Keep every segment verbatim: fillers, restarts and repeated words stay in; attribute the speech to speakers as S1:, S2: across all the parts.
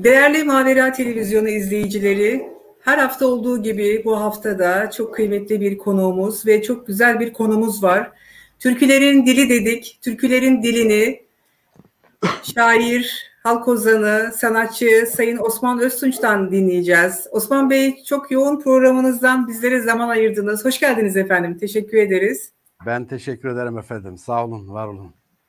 S1: Değerli Mavera Televizyonu izleyicileri, her hafta olduğu gibi bu hafta da çok kıymetli bir konuğumuz ve çok güzel bir konumuz var. Türkülerin dili dedik, türkülerin dilini şair, halk ozanı, sanatçı Sayın Osman Öztunç'tan dinleyeceğiz. Osman Bey, çok yoğun programınızdan bizlere zaman ayırdınız. Hoş geldiniz efendim, teşekkür ederiz.
S2: Ben teşekkür ederim efendim, sağ olun, var olun.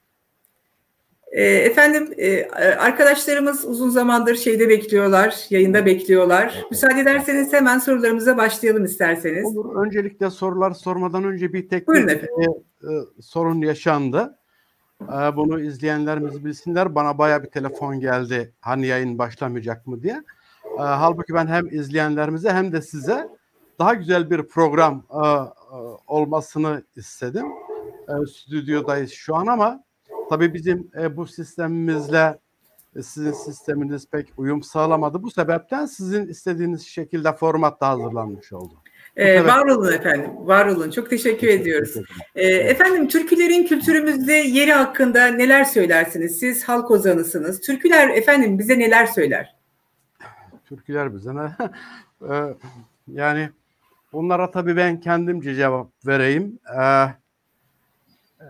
S1: Efendim, arkadaşlarımız uzun zamandır şeyde bekliyorlar, yayında bekliyorlar. Evet. Müsaade ederseniz hemen sorularımıza başlayalım isterseniz.
S2: Olur. Öncelikle sorular sormadan önce bir teknik
S1: Buyurun
S2: e, e, sorun yaşandı. E, bunu izleyenlerimiz bilsinler. Bana bayağı bir telefon geldi. Hani yayın başlamayacak mı diye. E, halbuki ben hem izleyenlerimize hem de size daha güzel bir program e, e, olmasını istedim. E, stüdyodayız şu an ama tabii bizim e, bu sistemimizle e, sizin sisteminiz pek uyum sağlamadı. Bu sebepten sizin istediğiniz şekilde formatta hazırlanmış oldu.
S1: Ee, var olun efendim, var olun. Çok teşekkür, teşekkür ediyoruz. Ee, evet. Efendim, türkülerin kültürümüzde yeri hakkında neler söylersiniz? Siz halk ozanısınız. Türküler efendim bize neler söyler?
S2: Türküler bize ne? ee, yani bunlara tabii ben kendimce cevap vereyim. Ee, e,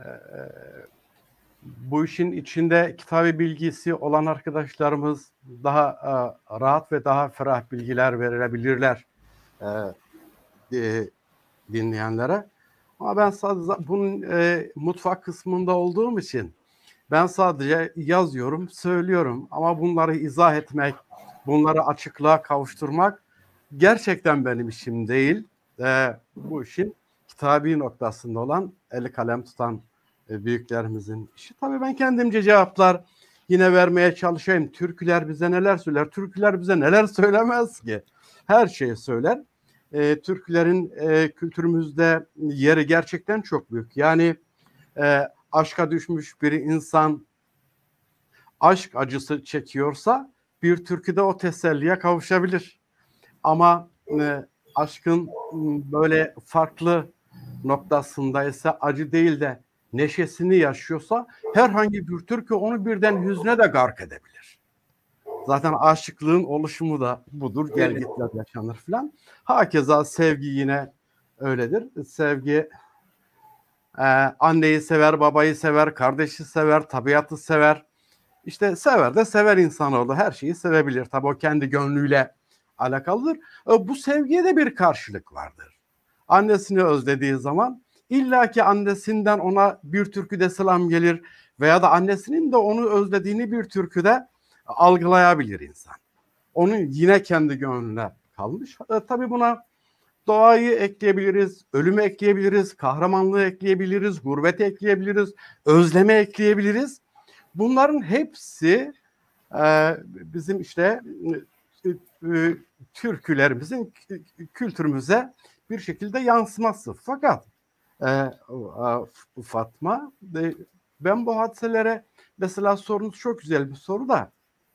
S2: bu işin içinde kitabı bilgisi olan arkadaşlarımız daha e, rahat ve daha ferah bilgiler verebilirler e, e, dinleyenlere. Ama ben sadece bunun e, mutfak kısmında olduğum için ben sadece yazıyorum, söylüyorum. Ama bunları izah etmek, bunları açıklığa kavuşturmak gerçekten benim işim değil. E, bu işin kitabi noktasında olan eli kalem tutan e, büyüklerimizin işi. Tabii ben kendimce cevaplar yine vermeye çalışayım. Türküler bize neler söyler? Türküler bize neler söylemez ki? Her şeyi söyler. E, Türkülerin e, kültürümüzde yeri gerçekten çok büyük. Yani e, aşka düşmüş bir insan aşk acısı çekiyorsa bir türküde o teselliye kavuşabilir. Ama e, aşkın böyle farklı noktasındaysa acı değil de neşesini yaşıyorsa herhangi bir türkü onu birden hüzne de gark edebilir. Zaten aşıklığın oluşumu da budur. Gel gitler yaşanır filan. Hakeza sevgi yine öyledir. Sevgi e, anneyi sever, babayı sever, kardeşi sever, tabiatı sever. İşte sever de sever insanoğlu. Her şeyi sevebilir. Tabii o kendi gönlüyle alakalıdır. E, bu sevgiye de bir karşılık vardır. Annesini özlediği zaman illaki annesinden ona bir türküde selam gelir veya da annesinin de onu özlediğini bir türküde algılayabilir insan. Onun yine kendi gönlüne kalmış. E, tabii buna doğayı ekleyebiliriz, ölümü ekleyebiliriz, kahramanlığı ekleyebiliriz, gurbeti ekleyebiliriz, özleme ekleyebiliriz. Bunların hepsi e, bizim işte e, e, türkülerimizin kültürümüze bir şekilde yansıması. Fakat e, e, Fatma, e, ben bu hadiselere mesela sorunuz çok güzel bir soru da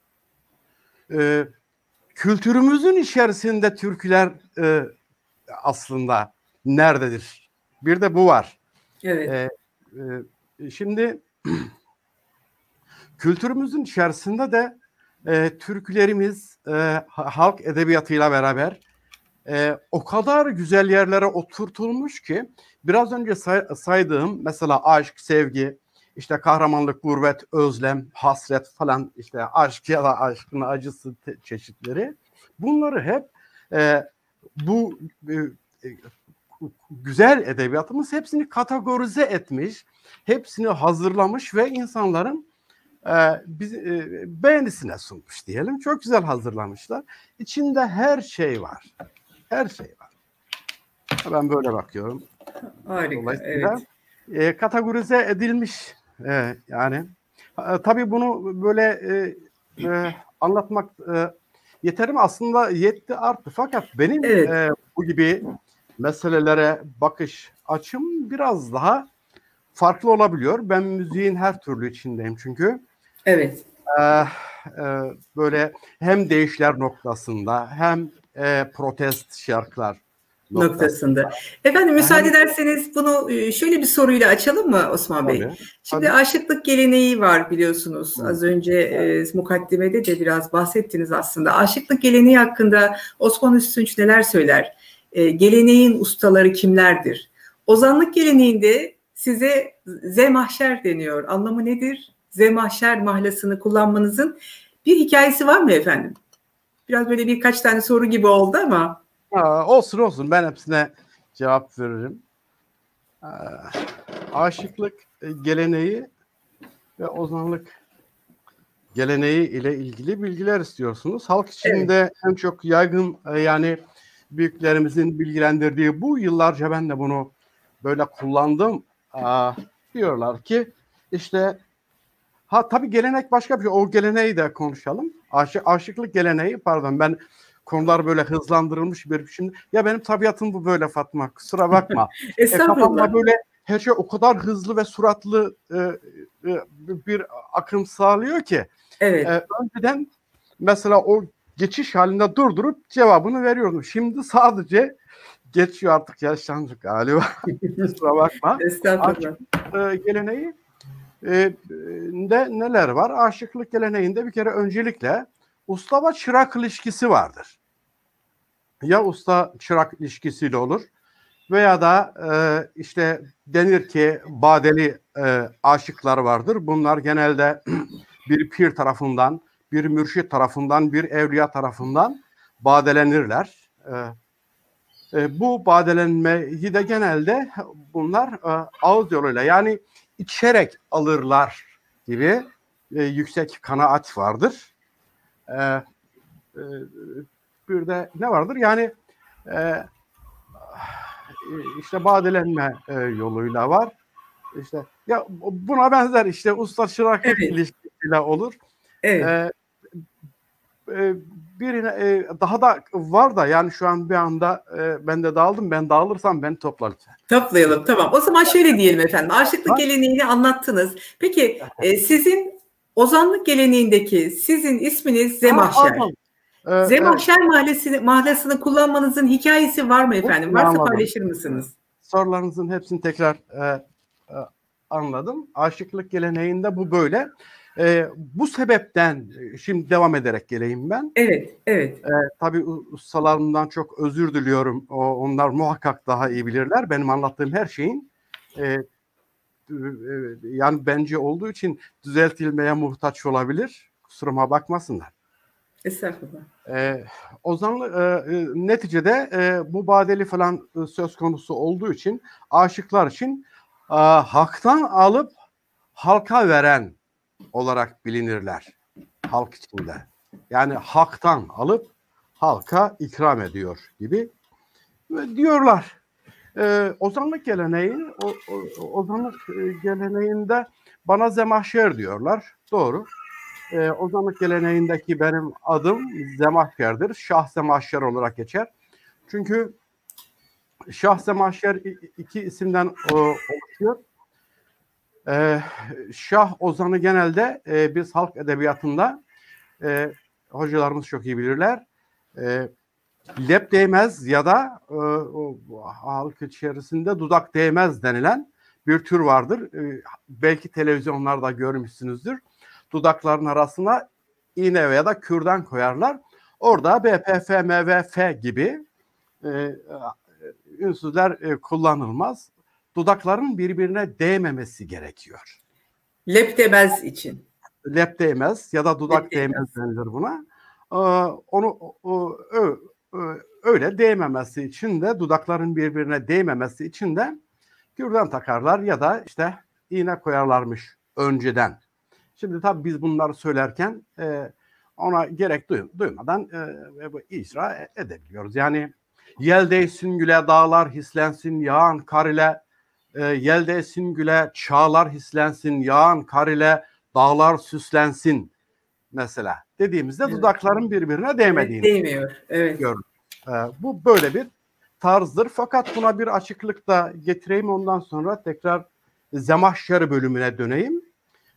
S2: e, kültürümüzün içerisinde türküler e, aslında nerededir? Bir de bu var.
S1: Evet.
S2: E, e, şimdi kültürümüzün içerisinde de e, türkülerimiz e, halk edebiyatıyla beraber e, o kadar güzel yerlere oturtulmuş ki biraz önce say- saydığım mesela aşk, sevgi, işte kahramanlık, gurbet, özlem, hasret falan, işte aşk ya da aşkın acısı te- çeşitleri, bunları hep e, bu e, e, güzel edebiyatımız hepsini kategorize etmiş, hepsini hazırlamış ve insanların e, biz, e, beğenisine sunmuş diyelim. Çok güzel hazırlamışlar. İçinde her şey var. Her şey var. Ben böyle bakıyorum.
S1: Harika,
S2: Dolayısıyla
S1: evet.
S2: e, kategorize edilmiş. E, yani e, tabii bunu böyle e, e, anlatmak e, yeter mi? Aslında yetti, arttı. Fakat benim
S1: Evet.
S2: e, bu gibi meselelere bakış açım biraz daha farklı olabiliyor. Ben müziğin her türlü içindeyim çünkü.
S1: Evet.
S2: E, e, böyle hem deyişler noktasında hem e, protest şarkılar
S1: noktasında. Efendim müsaade ederseniz bunu şöyle bir soruyla açalım mı Osman Bey?
S2: Tabii,
S1: Şimdi
S2: tabii.
S1: aşıklık geleneği var biliyorsunuz.
S2: Hı.
S1: Az önce e, mukaddimede de biraz bahsettiniz aslında. Aşıklık geleneği hakkında Osman Üstünç neler söyler? E, geleneğin ustaları kimlerdir? Ozanlık geleneğinde size zemahşer deniyor. Anlamı nedir? Zemahşer mahlasını kullanmanızın bir hikayesi var mı efendim? Biraz böyle birkaç tane soru gibi oldu ama.
S2: Aa, olsun olsun, ben hepsine cevap veririm. Ee, aşıklık geleneği ve ozanlık geleneği ile ilgili bilgiler istiyorsunuz. Halk içinde evet. En çok yaygın, yani büyüklerimizin bilgilendirdiği, bu yıllarca ben de bunu böyle kullandım. Aa, diyorlar ki işte, ha tabii gelenek başka bir şey. O geleneği de konuşalım. Aşık, aşıklık geleneği, pardon ben konular böyle hızlandırılmış bir biçimde. Ya benim tabiatım bu böyle Fatma, kusura bakma. e, kafamda böyle her şey o kadar hızlı ve suratlı e, e, bir akım sağlıyor ki.
S1: Evet.
S2: E, önceden mesela o geçiş halinde durdurup cevabını veriyordum. Şimdi sadece geçiyor, artık yaşlandık galiba. Kusura bakma.
S1: Estağfurullah.
S2: Aşıklık e, geleneği e, de neler var? Aşıklık geleneğinde bir kere öncelikle usta ve çırak ilişkisi vardır. Ya usta çırak ilişkisiyle olur veya da e, işte denir ki badeli e, aşıklar vardır. Bunlar genelde bir pir tarafından, bir mürşit tarafından, bir evliya tarafından badelenirler. E, e, bu badelenmeyi de genelde bunlar e, ağız yoluyla, yani içerek alırlar gibi e, yüksek kanaat vardır. E, e, bir de ne vardır? Yani e, işte badelenme e, yoluyla var. İşte ya buna benzer işte usta çıraklık evet. ilişkisiyle olur.
S1: Evet.
S2: E, e, birine e, daha da var da, yani şu an bir anda e, ben de dağıldım. Ben dağılırsam beni topla lütfen.
S1: Toplayalım, tamam. O zaman şöyle diyelim efendim. Aşıklık geleneğini anlattınız. Peki e, sizin ozanlık geleneğindeki sizin isminiz Zemahşer. Ee, Zemahşer evet. mahlasını, mahlasını kullanmanızın hikayesi var mı efendim? Varsa anladım. Paylaşır mısınız?
S2: Sorularınızın hepsini tekrar e, e, anladım. Aşıklık geleneğinde bu böyle. E, bu sebepten şimdi devam ederek geleyim ben.
S1: Evet, evet.
S2: E, tabii ustalarımdan çok özür diliyorum. O, onlar muhakkak daha iyi bilirler. Benim anlattığım her şeyin e, e, yani bence olduğu için düzeltilmeye muhtaç olabilir. Kusuruma bakmasınlar.
S1: Estağfurullah.
S2: Ee, ozanlık e, neticede e, bu badeli falan e, söz konusu olduğu için aşıklar için e, haktan alıp halka veren olarak bilinirler halk içinde. Yani haktan alıp halka ikram ediyor gibi ve diyorlar. E, ozanlık geleneği, o, o, ozanlık geleneğinde bana zemahşer diyorlar. Doğru. E, ozanlık geleneğindeki benim adım Zemahşer'dir. Şah Zemahşer olarak geçer. Çünkü Şah Zemahşer iki isimden o, oluşuyor. E, Şah ozanı genelde e, biz halk edebiyatında e, hocalarımız çok iyi bilirler. E, lep değmez ya da e, o, halk içerisinde dudak değmez denilen bir tür vardır. E, belki televizyonlarda görmüşsünüzdür. Dudakların arasına iğne veya da kürdan koyarlar. Orada B, P, F, M, V, F gibi e, ünsüzler e, kullanılmaz. Dudakların birbirine değmemesi gerekiyor.
S1: Lep değmez için.
S2: Lep değmez ya da dudak Lep değmez denilir buna. Ee, onu o, ö, ö, öyle değmemesi için de, dudakların birbirine değmemesi için de kürdan takarlar ya da işte iğne koyarlarmış önceden. Şimdi tabii biz bunları söylerken e, ona gerek duy, duymadan e, icra edebiliyoruz. Yani yel değsin güle dağlar hislensin yağan kar ile, e, yel değsin güle çağlar hislensin yağan kar ile dağlar süslensin mesela dediğimizde evet. Dudakların birbirine değmediğini
S1: evet, değmiyor. Evet.
S2: görürüz. E, bu böyle bir tarzdır. Fakat buna bir açıklık da getireyim, ondan sonra tekrar Zemahşer bölümüne döneyim.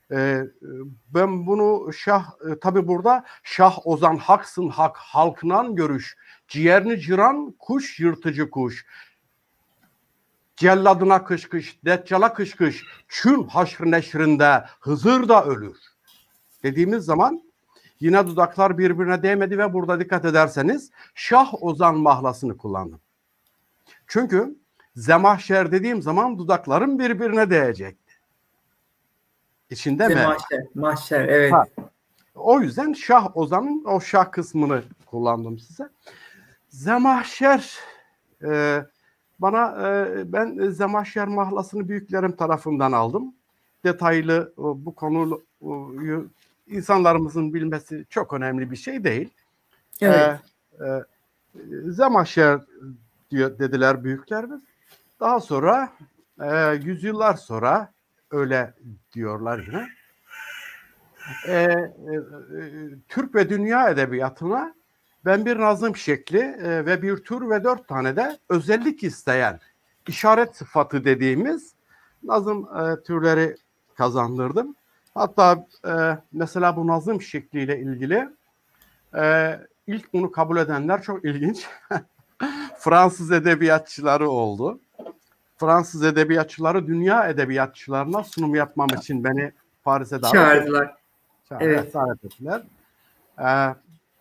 S2: Ee, ben bunu şah e, tabi burada Şah Ozan haksın hak halkından görüş ciğerini cıran kuş yırtıcı kuş celladına kış kış deccala kış kış çün haşr neşrinde Hızır da ölür dediğimiz zaman yine dudaklar birbirine değmedi ve burada dikkat ederseniz Şah Ozan mahlasını kullandım. Çünkü zemahşer dediğim zaman dudaklarım birbirine değecekti. İçinde mi?
S1: Mahşer, mahşer, evet.
S2: Ha, o yüzden Şah Ozan'ın o şah kısmını kullandım size. Zemahşer e, bana e, ben Zemahşer mahlasını büyüklerim tarafından aldım. Detaylı e, bu konuyu insanlarımızın bilmesi çok önemli bir şey değil.
S1: Evet.
S2: E, e, Zemahşer diyor dediler büyüklerimiz. Daha sonra e, yüzyıllar sonra öyle diyorlar yine. E, e, e, Türk ve dünya edebiyatına ben bir nazım şekli e, ve bir tür ve dört tane de özellik isteyen işaret sıfatı dediğimiz nazım e, türleri kazandırdım. Hatta e, mesela bu nazım şekliyle ilgili e, ilk bunu kabul edenler çok ilginç. Fransız edebiyatçıları oldu. Fransız edebiyatçıları dünya edebiyatçılarına sunum yapmam için beni Paris'e davet
S1: çağırdılar.
S2: ettiler.
S1: Evet.
S2: Davet ettiler. Ee,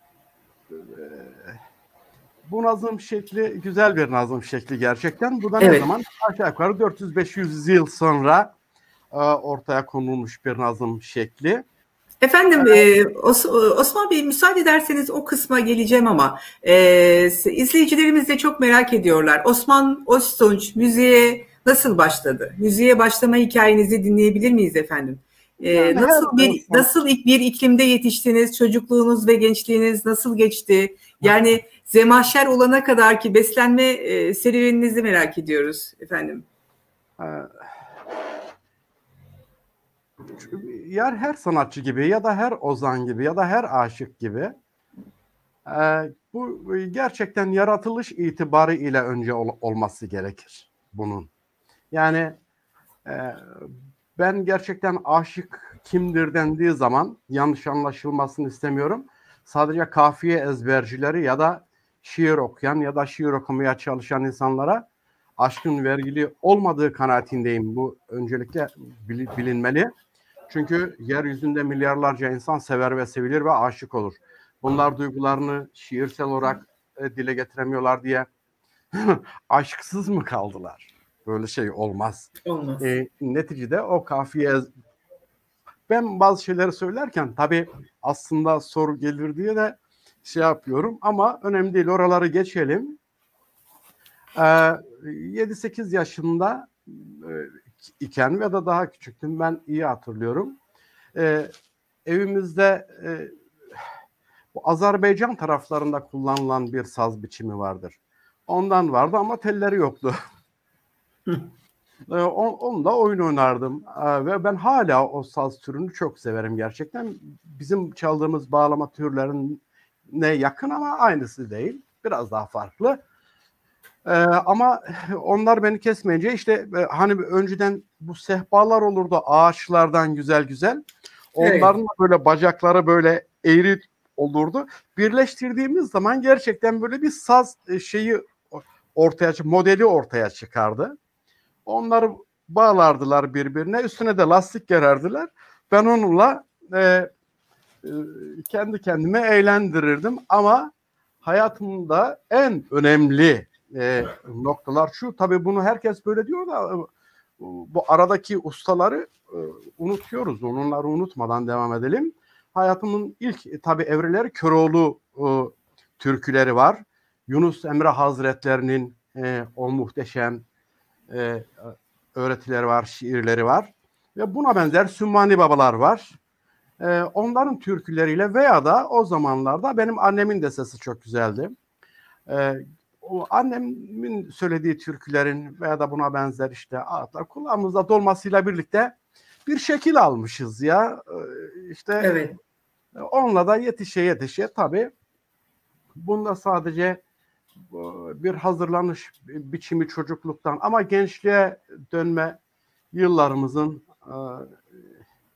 S2: bu nazım şekli güzel bir nazım şekli gerçekten. Bu da evet. Ne zaman? Aşağı yukarı dört yüz beş yüz yıl sonra e, ortaya konulmuş bir nazım şekli.
S1: Efendim e, Os Osman Bey müsaade ederseniz o kısma geleceğim ama e, izleyicilerimiz de çok merak ediyorlar. Osman Öztunç müziğe nasıl başladı? Müziğe başlama hikayenizi dinleyebilir miyiz efendim? E, yani nasıl bir nasıl bir iklimde yetiştiniz? Çocukluğunuz ve gençliğiniz nasıl geçti? Yani zemahşer olana kadar ki beslenme e, serüveninizi merak ediyoruz efendim.
S2: Ya her sanatçı gibi ya da her ozan gibi ya da her aşık gibi e, bu gerçekten yaratılış itibarı ile önce ol, olması gerekir bunun. Yani e, ben gerçekten aşık kimdir dendiği zaman yanlış anlaşılmasını istemiyorum. Sadece kafiye ezbercileri ya da şiir okuyan ya da şiir okumaya çalışan insanlara aşkın vergili olmadığı kanaatindeyim. Bu öncelikle bilinmeli. Çünkü yeryüzünde milyarlarca insan sever ve sevilir ve aşık olur. Bunlar duygularını şiirsel olarak e, dile getiremiyorlar diye aşksız mı kaldılar? Böyle şey olmaz.
S1: Olmaz.
S2: E, neticede o kafiye... Ben bazı şeyleri söylerken tabii aslında soru gelir diye de şey yapıyorum ama önemli değil. Oraları geçelim. E, yedi sekiz yaşında e, iken ya da daha küçüktüm, ben iyi hatırlıyorum. Ee, evimizde e, bu Azerbaycan taraflarında kullanılan bir saz biçimi vardır. Ondan vardı ama telleri yoktu. ee, on, onunla oyun oynardım ee, ve ben hala o saz türünü çok severim gerçekten. Bizim çaldığımız bağlama türlerine yakın ama aynısı değil. Biraz daha farklı. Ee, ama onlar beni kesmeyince işte hani önceden bu sehpalar olurdu ağaçlardan güzel güzel. Onların evet. Böyle bacakları böyle eğri olurdu. Birleştirdiğimiz zaman gerçekten böyle bir saz şeyi ortaya, modeli ortaya çıkardı. Onları bağlardılar birbirine. Üstüne de lastik gererdiler. Ben onunla e, e, kendi kendime eğlendirirdim. Ama hayatımda en önemli E, noktalar şu, tabii bunu herkes böyle diyor da bu aradaki ustaları e, unutuyoruz. Onları unutmadan devam edelim. Hayatımın ilk e, tabii evreleri Köroğlu e, türküleri var. Yunus Emre Hazretlerinin e, o muhteşem e, öğretileri var, şiirleri var. Ve buna benzer Sümmani Babalar var. E, onların türküleriyle veya da o zamanlarda benim annemin de sesi çok güzeldi. E, O annemin söylediği türkülerin veya da buna benzer işte ağıtlar kulağımızda dolmasıyla birlikte bir şekil almışız ya. İşte evet. Onunla da yetişe yetişe tabii bunda sadece bir hazırlanış biçimi çocukluktan ama gençliğe dönme yıllarımızın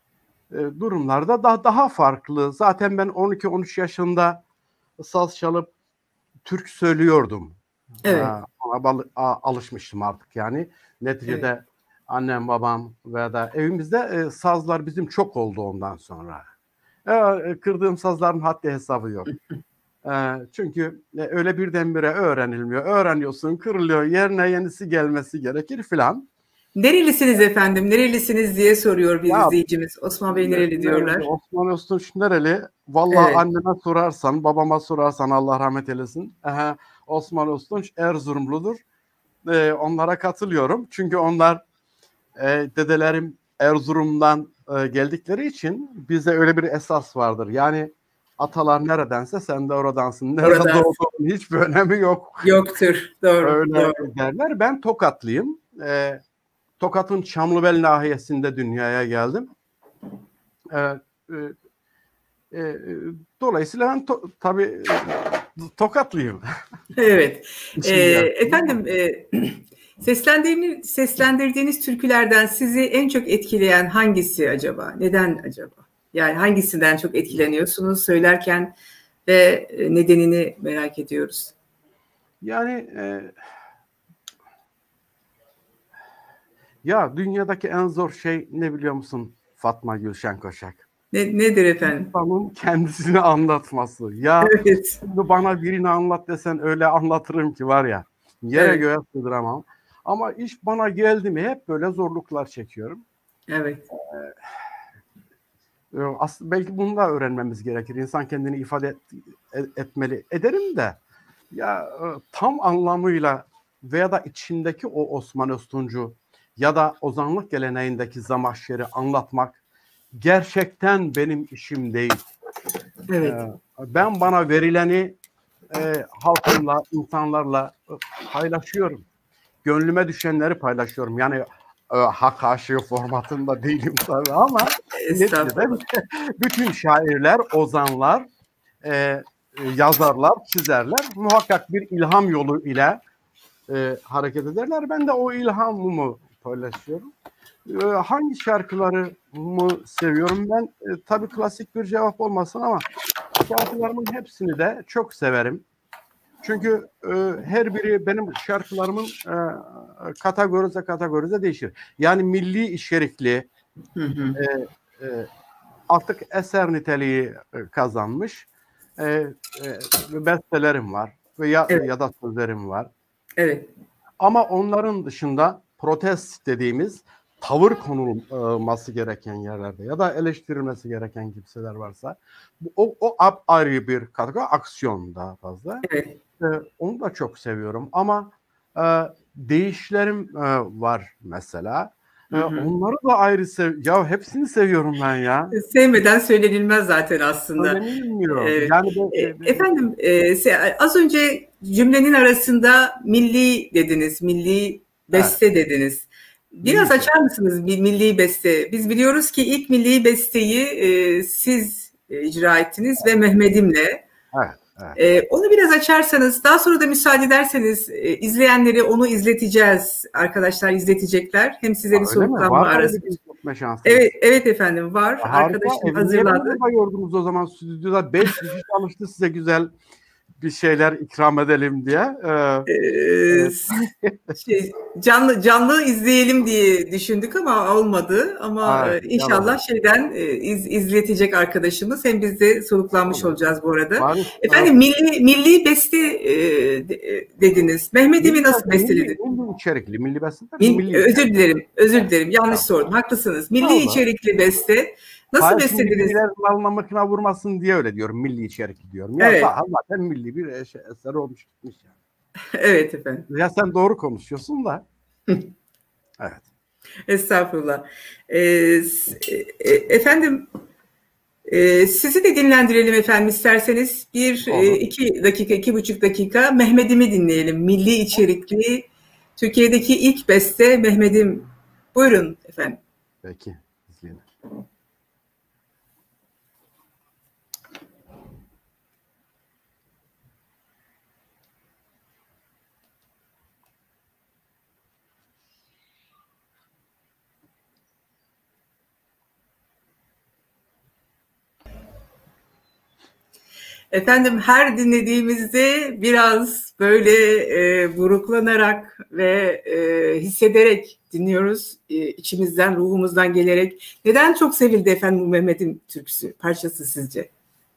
S2: e, durumlarda da daha farklı. Zaten ben on iki on üç yaşında saz çalıp türkü söylüyordum.
S1: Evet.
S2: Ona alışmıştım artık yani. Neticede evet. Annem, babam veya da evimizde e, sazlar bizim çok oldu ondan sonra. E, kırdığım sazların haddi hesabı yok. E, çünkü e, öyle birdenbire öğrenilmiyor. Öğreniyorsun, kırılıyor, yerine yenisi gelmesi gerekir filan.
S1: Nerelisiniz efendim? Nerelisiniz diye soruyor bir ya, izleyicimiz. Osman Bey nereli diyorlar.
S2: Osman Öztunç nereli? Vallahi evet. Anneme sorarsan, babama sorarsan Allah rahmet eylesin. Aha, Osman Öztunç Erzurumludur. Ee, onlara katılıyorum. Çünkü onlar e, dedelerim Erzurum'dan e, geldikleri için bizde öyle bir esas vardır. Yani atalar neredense sen de oradansın. Nerede Oradan. Doğduğun hiçbir önemi yok.
S1: Yoktur. Doğru.
S2: Öyle
S1: doğru.
S2: derler. Ben Tokatlıyım. Ee, Tokat'ın Çamlıbel nahiyesinde dünyaya geldim. Ee, e, e, dolayısıyla ben to, tabii e, Tokatlıyım.
S1: Evet. ee, efendim e, seslendirdiğiniz, seslendirdiğiniz türkülerden sizi en çok etkileyen hangisi acaba? Neden acaba? Yani hangisinden çok etkileniyorsunuz söylerken ve nedenini merak ediyoruz.
S2: Yani e, ya dünyadaki en zor şey ne biliyor musun Fatma Gülşen Koşak?
S1: Ne, nedir efendim?
S2: İnsanın kendisini anlatması. Ya
S1: evet.
S2: şimdi bana birini anlat desen öyle anlatırım ki var ya. Yere evet. göğe sığdıramam. Ama iş bana geldi mi hep böyle zorluklar çekiyorum.
S1: Evet.
S2: Ee, aslında belki bunu da öğrenmemiz gerekir. İnsan kendini ifade et, etmeli. Ederim de ya tam anlamıyla veya da içindeki o Osman Öztunç'u ya da ozanlık geleneğindeki Zamahşer'i anlatmak gerçekten benim işim değil.
S1: Evet.
S2: Ee, ben bana verileni e, halkımla, insanlarla paylaşıyorum. Gönlüme düşenleri paylaşıyorum. Yani e, hak aşığı formatında değilim tabii ama neticede bütün şairler, ozanlar, e, yazarlar, çizerler muhakkak bir ilham yolu ile e, hareket ederler. Ben de o ilhamımı paylaşıyorum. E, hangi şarkıları mı seviyorum? Ben e, tabii klasik bir cevap olmasın ama şarkılarımın hepsini de çok severim. Çünkü e, her biri benim şarkılarımın e, kategorize kategorize değişir. Yani milli içerikli hı hı. E, e, artık eser niteliği kazanmış e, e, bestelerim var veya evet. ya da sözlerim var.
S1: Evet.
S2: Ama onların dışında protest dediğimiz tavır konulması gereken yerlerde ya da eleştirilmesi gereken kimseler varsa o, o ayrı bir kategori, aksiyon daha fazla.
S1: Evet.
S2: Ee, onu da çok seviyorum ama e, değişlerim e, var mesela. E, onları da ayrı sev. Ya hepsini seviyorum ben ya.
S1: Sevmeden söylenilmez zaten aslında.
S2: Söylenilmiyor.
S1: Evet.
S2: Yani de, de,
S1: Efendim e, az önce cümlenin arasında milli dediniz, milli beste evet. dediniz. Biraz milli açar mısınız bir milli beste? Biz biliyoruz ki ilk milli besteyi e, siz e, icra ettiniz ve Mehmet'imle.
S2: Evet. Evet.
S1: Ee, onu biraz açarsanız, daha sonra da müsaade ederseniz e, izleyenleri onu izleteceğiz. Arkadaşlar izletecekler. Hem size Aa, bir soluklanma arası. Evet, evet efendim var.
S2: Harika.
S1: Arkadaşım
S2: e,
S1: hazırladı.
S2: Niye gördünüz o zaman stüdyoda? Beş kişi çalıştı size güzel bir şeyler ikram edelim diye. Ee,
S1: ee, şey, canlı canlı izleyelim diye düşündük ama olmadı. Ama evet, inşallah yalan. şeyden iz, izletecek arkadaşımız. Hem biz de soluklanmış tamam. olacağız bu arada. Var, Efendim var. milli milli beste e, dediniz. Mehmet'imi nasıl bestelediniz?
S2: Milli, milli içerikli, milli beste.
S1: Mil, milli özür içerikli. dilerim, özür dilerim. Yanlış tamam. sordum. Haklısınız. Milli tamam. içerikli beste. Nasıl
S2: Hayır,
S1: beslediniz?
S2: Milliler malına makine vurmasın diye öyle diyorum. Milli içerikli diyorum. Ya evet. zaten milli bir eser olmuş gitmiş yani.
S1: Evet efendim.
S2: Ya sen doğru konuşuyorsun da. Evet.
S1: Estağfurullah. Ee, efendim e, sizi de dinlendirelim efendim isterseniz. Bir, e, iki dakika, iki buçuk dakika Mehmet'imi dinleyelim. Milli içerikli Türkiye'deki ilk beste Mehmet'im. Buyurun efendim.
S2: Peki. İzleyelim.
S1: Efendim her dinlediğimizde biraz böyle e, buruklanarak ve e, hissederek dinliyoruz. E, içimizden, ruhumuzdan gelerek. Neden çok sevildi efendim bu Mehmet'in türküsü, parçası sizce?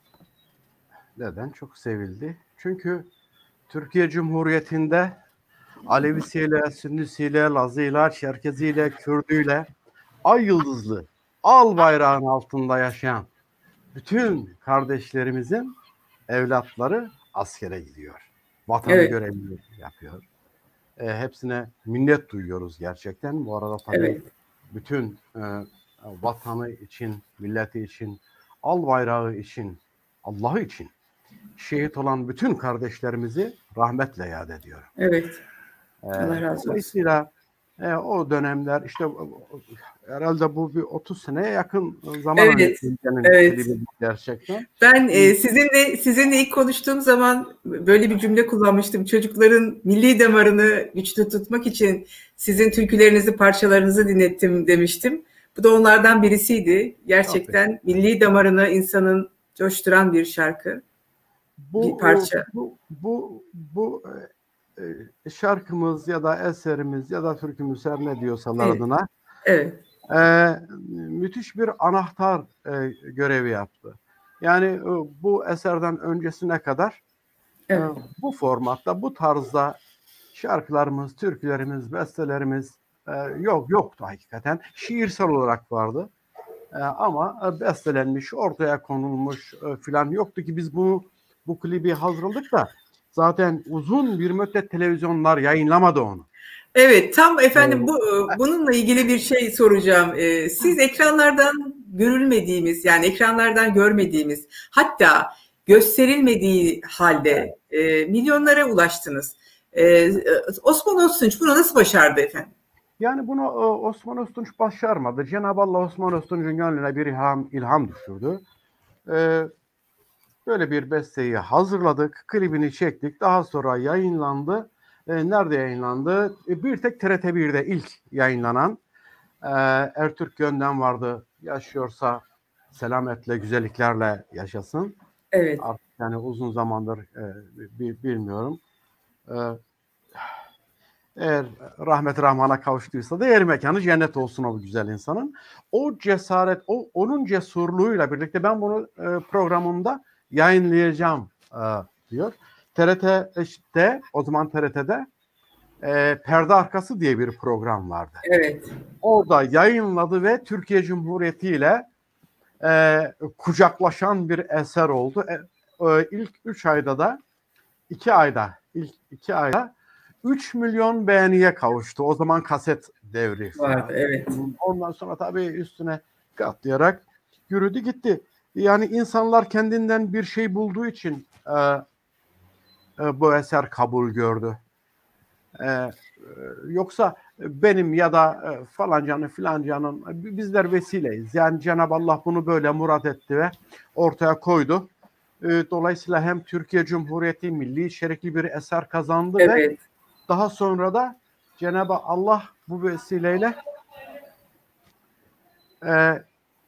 S2: Neden çok sevildi? Çünkü Türkiye Cumhuriyeti'nde Alevisiyle, Sünnisiyle, Lazıyla, Çerkeziyle, Kürdüyle, ay yıldızlı, al bayrağın altında yaşayan bütün kardeşlerimizin evlatları askere gidiyor. Vatanı
S1: Evet.
S2: görevini yapıyor. E, hepsine minnet duyuyoruz gerçekten. Bu arada tabii
S1: Evet.
S2: bütün e, vatanı için, milleti için, al bayrağı için, Allah'ı için şehit olan bütün kardeşlerimizi rahmetle yad ediyorum.
S1: Evet.
S2: E,
S1: Allah razı olsun.
S2: Dolayısıyla e, o dönemler işte herhalde bu bir otuz seneye yakın zaman
S1: evet, evet.
S2: gerçekten.
S1: Ben e, sizinle sizinle ilk konuştuğum zaman böyle bir cümle kullanmıştım. Çocukların milli damarını güçlü tutmak için sizin türkülerinizi, parçalarınızı dinlettim demiştim. Bu da onlardan birisiydi. Gerçekten milli damarını insanın coşturan bir şarkı,
S2: bu,
S1: bir parça.
S2: Bu bu bu e, şarkımız ya da eserimiz ya da türkümüz her ne diyorsalar
S1: evet.
S2: adına.
S1: Evet.
S2: E, müthiş bir anahtar e, görevi yaptı. Yani e, bu eserden öncesine kadar evet. e, bu formatta, bu tarzda şarkılarımız, türkülerimiz, bestelerimiz e, yok yoktu hakikaten. Şiirsel olarak vardı. E, ama bestelenmiş, ortaya konulmuş e, filan yoktu ki biz bunu bu klibi hazırladık da zaten uzun bir müddet televizyonlar yayınlamadı onu.
S1: Evet, tam efendim bu bununla ilgili bir şey soracağım. Siz ekranlardan görülmediğimiz, yani ekranlardan görmediğimiz, hatta gösterilmediği halde e, milyonlara ulaştınız. E, Osman Öztunç bunu nasıl başardı efendim?
S2: Yani bunu Osman Öztunç başarmadı. Cenab-ı Allah Osman Öztunç'un gönlüne bir ilham, ilham düşürdü. E, böyle bir besteyi hazırladık, klibini çektik, daha sonra yayınlandı. E, nerede yayınlandı? E, bir tek T R T bir'de ilk yayınlanan e, Ertürk Gönden vardı. Yaşıyorsa selametle, güzelliklerle yaşasın.
S1: Evet.
S2: Artık yani uzun zamandır e, bilmiyorum. E, eğer rahmet rahmana kavuştuysa da yer mekanı cennet olsun o güzel insanın. O cesaret, o onun cesurluğuyla birlikte ben bunu e, programımda yayınlayacağım e, diyor. T R T'de, o zaman T R T'de e, Perde Arkası diye bir program vardı.
S1: Evet.
S2: Orada yayınladı ve Türkiye Cumhuriyeti ile e, kucaklaşan bir eser oldu. E, e, ilk üç ayda da iki ayda, ilk iki ayda üç milyon beğeniye kavuştu. O zaman kaset devri
S1: vardı. Evet.
S2: Ondan sonra tabii üstüne katlayarak yürüdü gitti. Yani insanlar kendinden bir şey bulduğu için e, e, bu eser kabul gördü. E, e, yoksa benim ya da e, falancanın filancanın bizler vesileyiz. Yani Cenab-ı Allah bunu böyle murat etti ve ortaya koydu. E, dolayısıyla hem Türkiye Cumhuriyeti milli içerikli bir eser kazandı evet. Ve daha sonra da Cenab-ı Allah bu vesileyle e,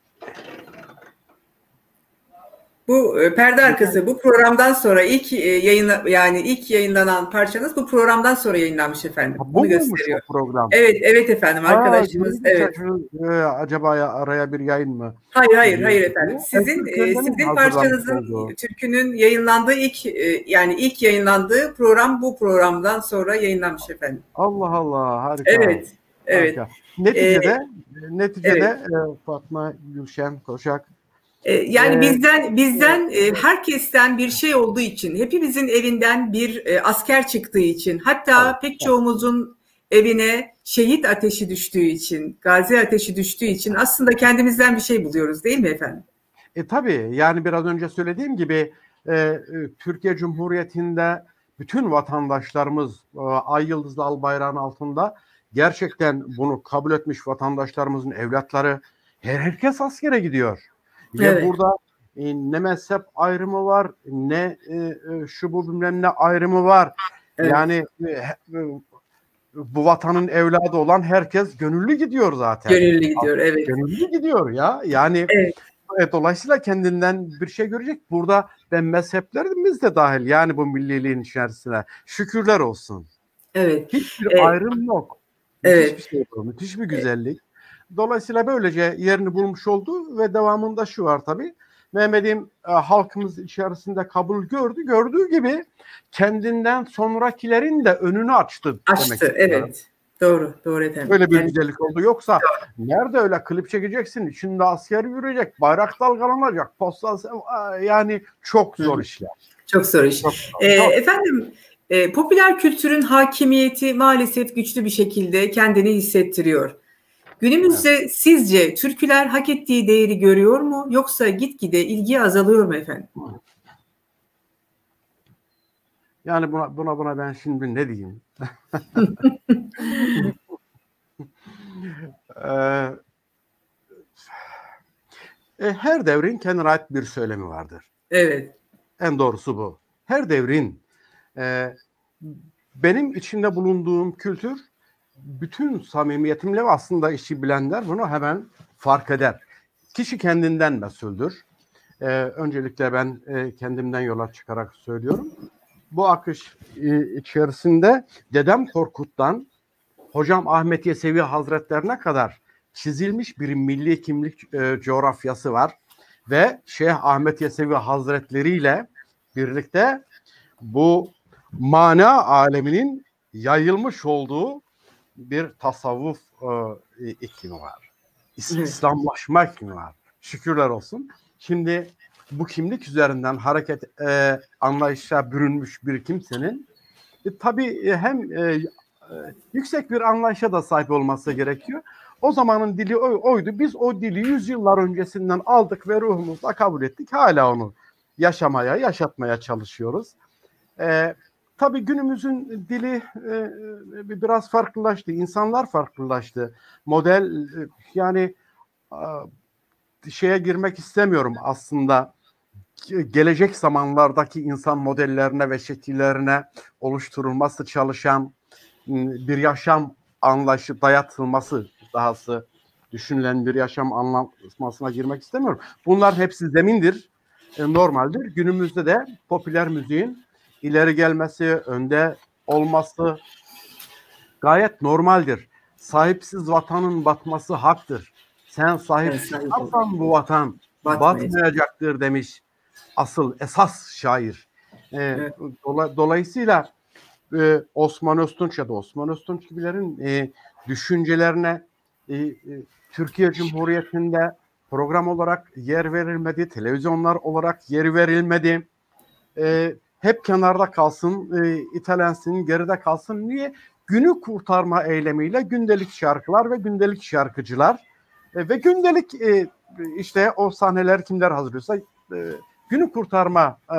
S1: bu Perde Arkası bu programdan sonra ilk yayın yani ilk yayınlanan parçanız bu programdan sonra yayınlanmış efendim.
S2: Bu Bunu gösteriyor. O program?
S1: Evet, evet efendim. Ha, arkadaşımız evet.
S2: E, acaba ya, araya bir yayın mı?
S1: Hayır, hayır, hayır efendim. Sizin e, sizin parçanızın oldu. Türkünün yayınlandığı ilk e, yani ilk yayınlandığı program bu programdan sonra yayınlanmış efendim.
S2: Allah Allah, harika.
S1: Evet. Evet.
S2: Harika. Neticede ee, neticede
S1: evet.
S2: e, Fatma Gülşen Koşak
S1: yani bizden bizden herkesten bir şey olduğu için, hepimizin evinden bir asker çıktığı için, hatta evet, pek çoğumuzun evine şehit ateşi düştüğü için, gazi ateşi düştüğü için aslında kendimizden bir şey buluyoruz değil mi efendim?
S2: E tabii yani biraz önce söylediğim gibi e, Türkiye Cumhuriyeti'nde bütün vatandaşlarımız e, ay yıldızlı al bayrağın altında gerçekten bunu kabul etmiş vatandaşlarımızın evlatları her herkes askere gidiyor. Ve evet. Burada e, ne mezhep ayrımı var, ne e, e, şu bu bilmem ne ayrımı var. Evet. Yani e, e, bu vatanın evladı olan herkes gönüllü gidiyor zaten.
S1: Gönüllü gidiyor, evet.
S2: Gönüllü gidiyor ya. Yani
S1: evet.
S2: E, dolayısıyla kendinden bir şey görecek. Burada ben mezheplerimiz de dahil yani bu milliliğin içerisine. Şükürler olsun.
S1: Evet.
S2: Hiçbir
S1: E,
S2: ayrım yok. Müthiş
S1: evet.
S2: bir şey bu. Müthiş bir güzellik. Dolayısıyla böylece yerini bulmuş oldu ve devamında şu var tabii. Mehmet'im e, halkımız içerisinde kabul gördü. Gördüğü gibi kendinden sonrakilerin de önünü açtı.
S1: Açtı,
S2: demek
S1: evet. Doğru, doğru efendim.
S2: Öyle bir
S1: Yani,
S2: güzellik oldu. Yoksa nerede öyle klip çekeceksin? İçinde asker yürüyecek, bayrak dalgalanacak, posta yani çok zor işler.
S1: Çok zor iş.
S2: Çok zor.
S1: Ee,
S2: Çok.
S1: efendim, e, popüler kültürün hakimiyeti maalesef güçlü bir şekilde kendini hissettiriyor. Günümüzde evet. Sizce türküler hak ettiği değeri görüyor mu? Yoksa gitgide ilgi azalıyor mu efendim?
S2: Yani buna buna buna ben şimdi ne diyeyim? ee, e, her devrin kendine ait bir söylemi vardır.
S1: Evet.
S2: En doğrusu bu. Her devrin e, benim içinde bulunduğum kültür bütün samimiyetimle aslında işi bilenler bunu hemen fark eder. Kişi kendinden mesuldür. Ee, öncelikle ben e, kendimden yola çıkarak söylüyorum. Bu akış e, içerisinde Dedem Korkut'tan Hocam Ahmet Yesevi Hazretlerine kadar çizilmiş bir milli kimlik e, coğrafyası var. Ve Şeyh Ahmet Yesevi Hazretleri ile birlikte bu mana aleminin yayılmış olduğu bir tasavvuf e, iklimi var. İslamlaşma iklimi var. Şükürler olsun. Şimdi bu kimlik üzerinden hareket e, anlayışa bürünmüş bir kimsenin e, tabii hem e, e, yüksek bir anlayışa da sahip olması gerekiyor. O zamanın dili oydu. Biz o dili yüzyıllar öncesinden aldık ve ruhumuzla kabul ettik. Hala onu yaşamaya, yaşatmaya çalışıyoruz. E, tabii günümüzün dili e, biraz farklılaştı. İnsanlar farklılaştı. Model e, yani e, şeye girmek istemiyorum aslında. Gelecek zamanlardaki insan modellerine ve şekillerine oluşturulması çalışan bir yaşam anlayışı dayatılması dahası düşünülen bir yaşam anlamasına girmek istemiyorum. Bunlar hepsi zemindir, e, normaldir. Günümüzde de popüler müziğin ileri gelmesi, önde olması gayet normaldir. Sahipsiz vatanın batması haktır. Sen sahipsiz kalsan bu vatan batmayacaktır demiş asıl esas şair. Ee, evet. dola, dolayısıyla e, Osman Öztunç ya da Osman Öztunç gibilerin e, düşüncelerine e, e, Türkiye Cumhuriyeti'nde program olarak yer verilmedi, televizyonlar olarak yer verilmedi. E, hep kenarda kalsın, e, itelensin, geride kalsın. Niye? Günü kurtarma eylemiyle gündelik şarkılar ve gündelik şarkıcılar e, ve gündelik e, işte o sahneler kimler hazırlıyorsa e, günü kurtarma e,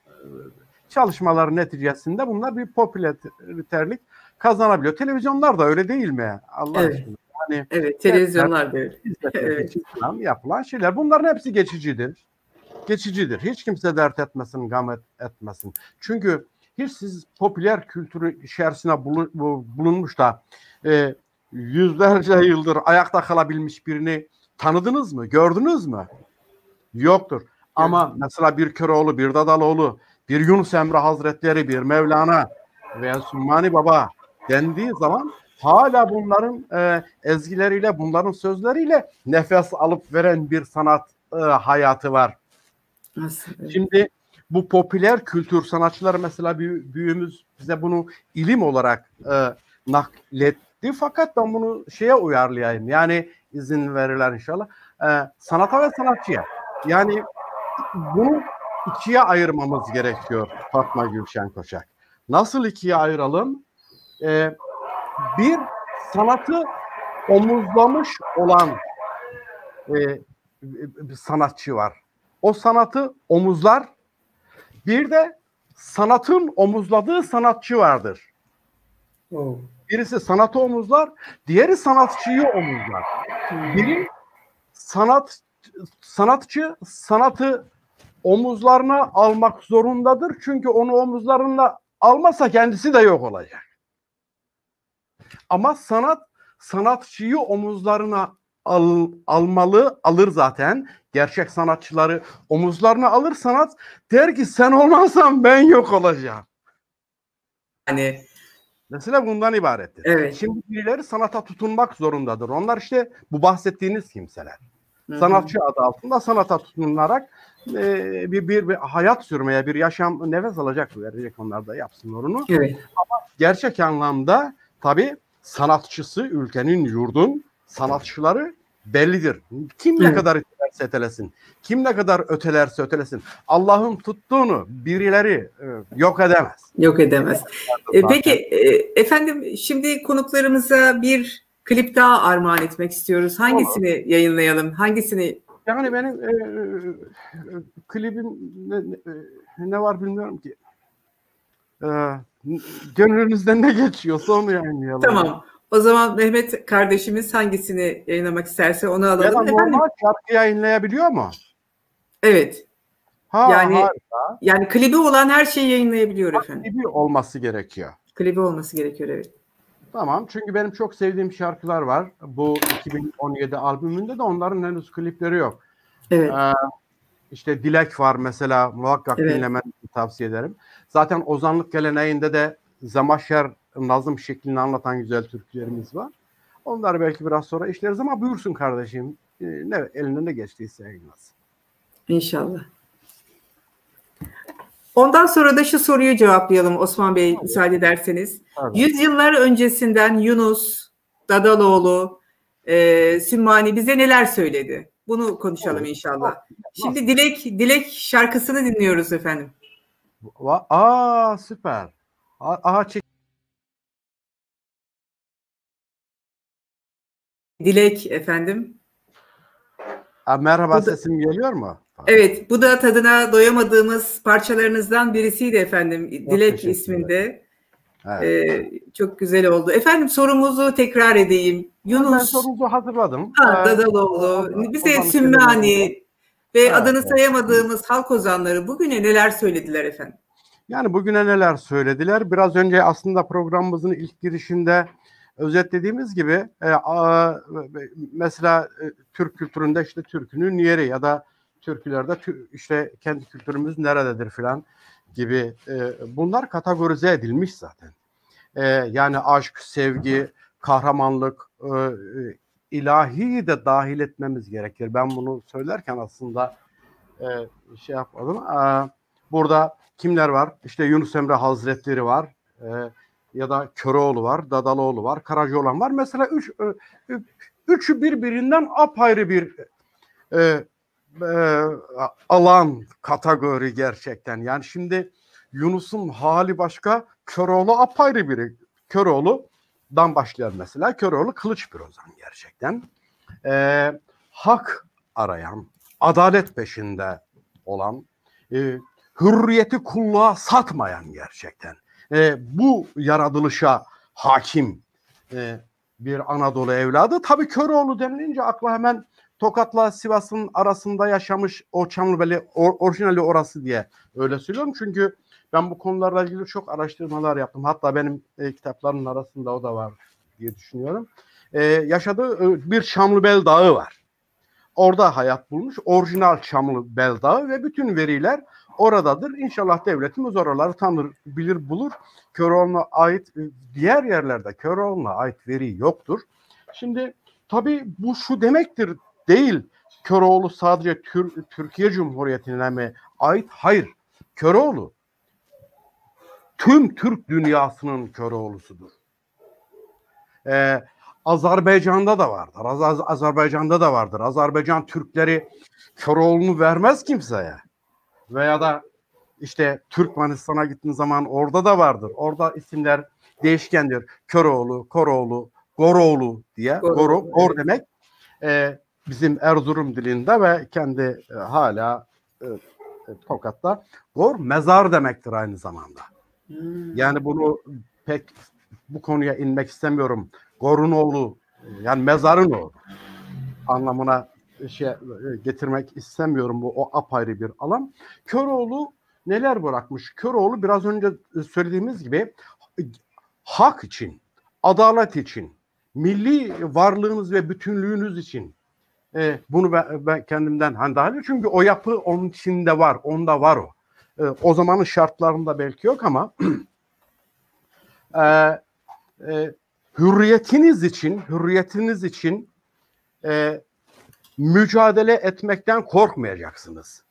S2: çalışmaları neticesinde bunlar bir popülerlik kazanabiliyor. Televizyonlar da öyle değil mi? Allah
S1: evet.
S2: aşkına. Yani,
S1: evet, televizyonlar da öyle.
S2: Evet. Yapılan şeyler. Bunların hepsi geçicidir. Geçicidir. Hiç kimse dert etmesin, gam et, etmesin. Çünkü hiç siz popüler kültürü içerisine bulunmuş da e, yüzlerce yıldır ayakta kalabilmiş birini tanıdınız mı? Gördünüz mü? Yoktur. Evet. Ama mesela bir Köroğlu, bir Dadaloğlu, bir Yunus Emre Hazretleri, bir Mevlana veya Sümmani Baba dendiği zaman hala bunların e, ezgileriyle, bunların sözleriyle nefes alıp veren bir sanat e, hayatı var. Nasıl? Şimdi bu popüler kültür sanatçıları mesela büyüğümüz bize bunu ilim olarak e, nakletti. Fakat ben bunu şeye uyarlayayım. Yani izin verirler inşallah. E, sanata ve sanatçıya. Yani bunu ikiye ayırmamız gerekiyor Fatma Gülşen Koçak. Nasıl ikiye ayıralım? E, bir sanatı omuzlamış olan e, bir sanatçı var. O sanatı omuzlar. Bir de sanatın omuzladığı sanatçı vardır. Oh. Birisi sanatı omuzlar, diğeri sanatçıyı omuzlar. Hmm. Biri sanat sanatçı sanatı omuzlarına almak zorundadır. Çünkü onu omuzlarına almazsa kendisi de yok olacak. Ama sanat sanatçıyı omuzlarına al, almalı, alır zaten. Gerçek sanatçıları omuzlarına alır sanat. Der ki sen olmazsan ben yok olacağım.
S1: Yani
S2: mesela bundan ibarettir.
S1: evet.
S2: Şimdi birileri sanata tutunmak zorundadır. Onlar işte bu bahsettiğiniz kimseler.
S1: Hı hı.
S2: Sanatçı adı altında sanata tutunarak e, bir, bir, bir hayat sürmeye, bir yaşam nefes alacak, verecek, onlar da yapsınlar onu.
S1: Evet.
S2: Ama gerçek anlamda tabii sanatçısı, ülkenin, yurdun sanatçıları bellidir. Kim ne
S1: Evet.
S2: kadar ötelerse ötelesin, kim ne kadar ötelerse ötelesin, Allah'ın tuttuğunu birileri e, yok edemez.
S1: Yok edemez. E, peki e, efendim, şimdi konuklarımıza bir klip daha armağan etmek istiyoruz. Hangisini Olur. yayınlayalım? Hangisini?
S2: Yani benim e, e, klibim ne, ne var bilmiyorum ki. E, gönlünüzden ne geçiyorsa onu yayınlayalım.
S1: Tamam. O zaman Mehmet kardeşimiz hangisini yayınlamak isterse onu alalım.
S2: Ya normal şarkı yayınlayabiliyor mu?
S1: Evet.
S2: Ha,
S1: yani
S2: harika.
S1: yani klibi olan her şeyi yayınlayabiliyor ha, efendim.
S2: Klibi olması gerekiyor.
S1: Klibi olması gerekiyor, evet.
S2: Tamam, çünkü benim çok sevdiğim şarkılar var. Bu iki bin on yedi albümünde de onların henüz klipleri yok.
S1: Evet.
S2: Ee, işte Dilek var mesela, muhakkak evet. dinlemeni tavsiye ederim. Zaten ozanlık geleneğinde de Zamaşer nazım şeklini anlatan güzel türkülerimiz var. Onları belki biraz sonra işleriz ama buyursun kardeşim. Ee, ne elinden ne geçtiyse yayınlasın.
S1: İnşallah. Ondan sonra da şu soruyu cevaplayalım Osman Bey, müsaade ederseniz. Evet. Yüzyıllar öncesinden Yunus, Dadaloğlu, e, Sümmani bize neler söyledi? Bunu konuşalım evet. inşallah. Şimdi Nasıl? Dilek Dilek şarkısını dinliyoruz efendim.
S2: Aa, süper. Aha, çek.
S1: Dilek efendim.
S2: Aa, merhaba, bu sesim da, geliyor mu?
S1: Evet, bu da tadına doyamadığımız parçalarınızdan birisiydi efendim. Çok Dilek isminde. Evet. Ee, çok güzel oldu. Efendim, sorumuzu tekrar edeyim. Yunus.
S2: Ben sorumuzu hatırladım.
S1: Ha, Dadaloğlu. Ee, bize Sümmani ve evet, adını evet. sayamadığımız halk ozanları bugüne neler söylediler efendim?
S2: Yani bugüne neler söylediler? Biraz önce aslında programımızın ilk girişinde özetlediğimiz gibi e, a, mesela e, Türk kültüründe işte türkünün yeri ya da türkülerde tü, işte kendi kültürümüz nerededir filan gibi e, bunlar kategorize edilmiş zaten. E, yani aşk, sevgi, kahramanlık, e, ilahi de dahil etmemiz gerekir. Ben bunu söylerken aslında e, şey yapmadım. E, burada kimler var? İşte Yunus Emre Hazretleri var. E, ya da Köroğlu var, Dadaloğlu var, Karacaoğlan var. Mesela üç, e, üçü birbirinden apayrı bir e, e, alan, kategori gerçekten. Yani şimdi Yunus'un hali başka, Köroğlu apayrı biri. Köroğlu'dan başlar mesela. Köroğlu kılıç bir ozan gerçekten. E, hak arayan, adalet peşinde olan, e, hürriyeti kulluğa satmayan gerçekten. E, bu yaratılışa hakim e, bir Anadolu evladı. Tabii Köroğlu denilince akla hemen Tokat'la Sivas'ın arasında yaşamış o Çamlıbeli, or, orijinali orası diye öyle söylüyorum. Çünkü ben bu konularla ilgili çok araştırmalar yaptım. Hatta benim e, kitaplarımın arasında o da var diye düşünüyorum. E, yaşadığı e, bir Çamlıbel Dağı var. Orada hayat bulmuş. Orijinal Çamlıbel Dağı ve bütün veriler oradadır. İnşallah devletimiz oraları tanır, bilir, bulur. Köroğlu'na ait diğer yerlerde Köroğlu'na ait veri yoktur. Şimdi tabii bu şu demektir değil. Köroğlu sadece Tür Türkiye Cumhuriyeti'ne mi ait? Hayır. Köroğlu tüm Türk dünyasının Köroğlu'sudur. Ee, Azerbaycan'da da vardır. Az Az Azerbaycan'da da vardır. Azerbaycan Türkleri Köroğlu'nu vermez kimseye. Veya da işte Türkmenistan'a gittiğin zaman orada da vardır. Orada isimler değişkendir. Köroğlu, Koroğlu, Goroğlu diye. Goro, Goro Gor evet. demek e, bizim Erzurum dilinde ve kendi e, hala e, Tokat'ta Gor mezar demektir aynı zamanda. Hmm. Yani bunu pek bu konuya inmek istemiyorum. Gor'un oğlu yani mezarın oğlu anlamına şey getirmek istemiyorum. Bu o apayrı bir alan. Köroğlu neler bırakmış? Köroğlu biraz önce söylediğimiz gibi hak için, adalet için, milli varlığınız ve bütünlüğünüz için e, bunu ben, ben kendimden hani daha çünkü o yapı onun içinde var, onda var o. E, o zamanın şartlarında belki yok ama e, e, hürriyetiniz için, hürriyetiniz için e, mücadele etmekten korkmayacaksınız.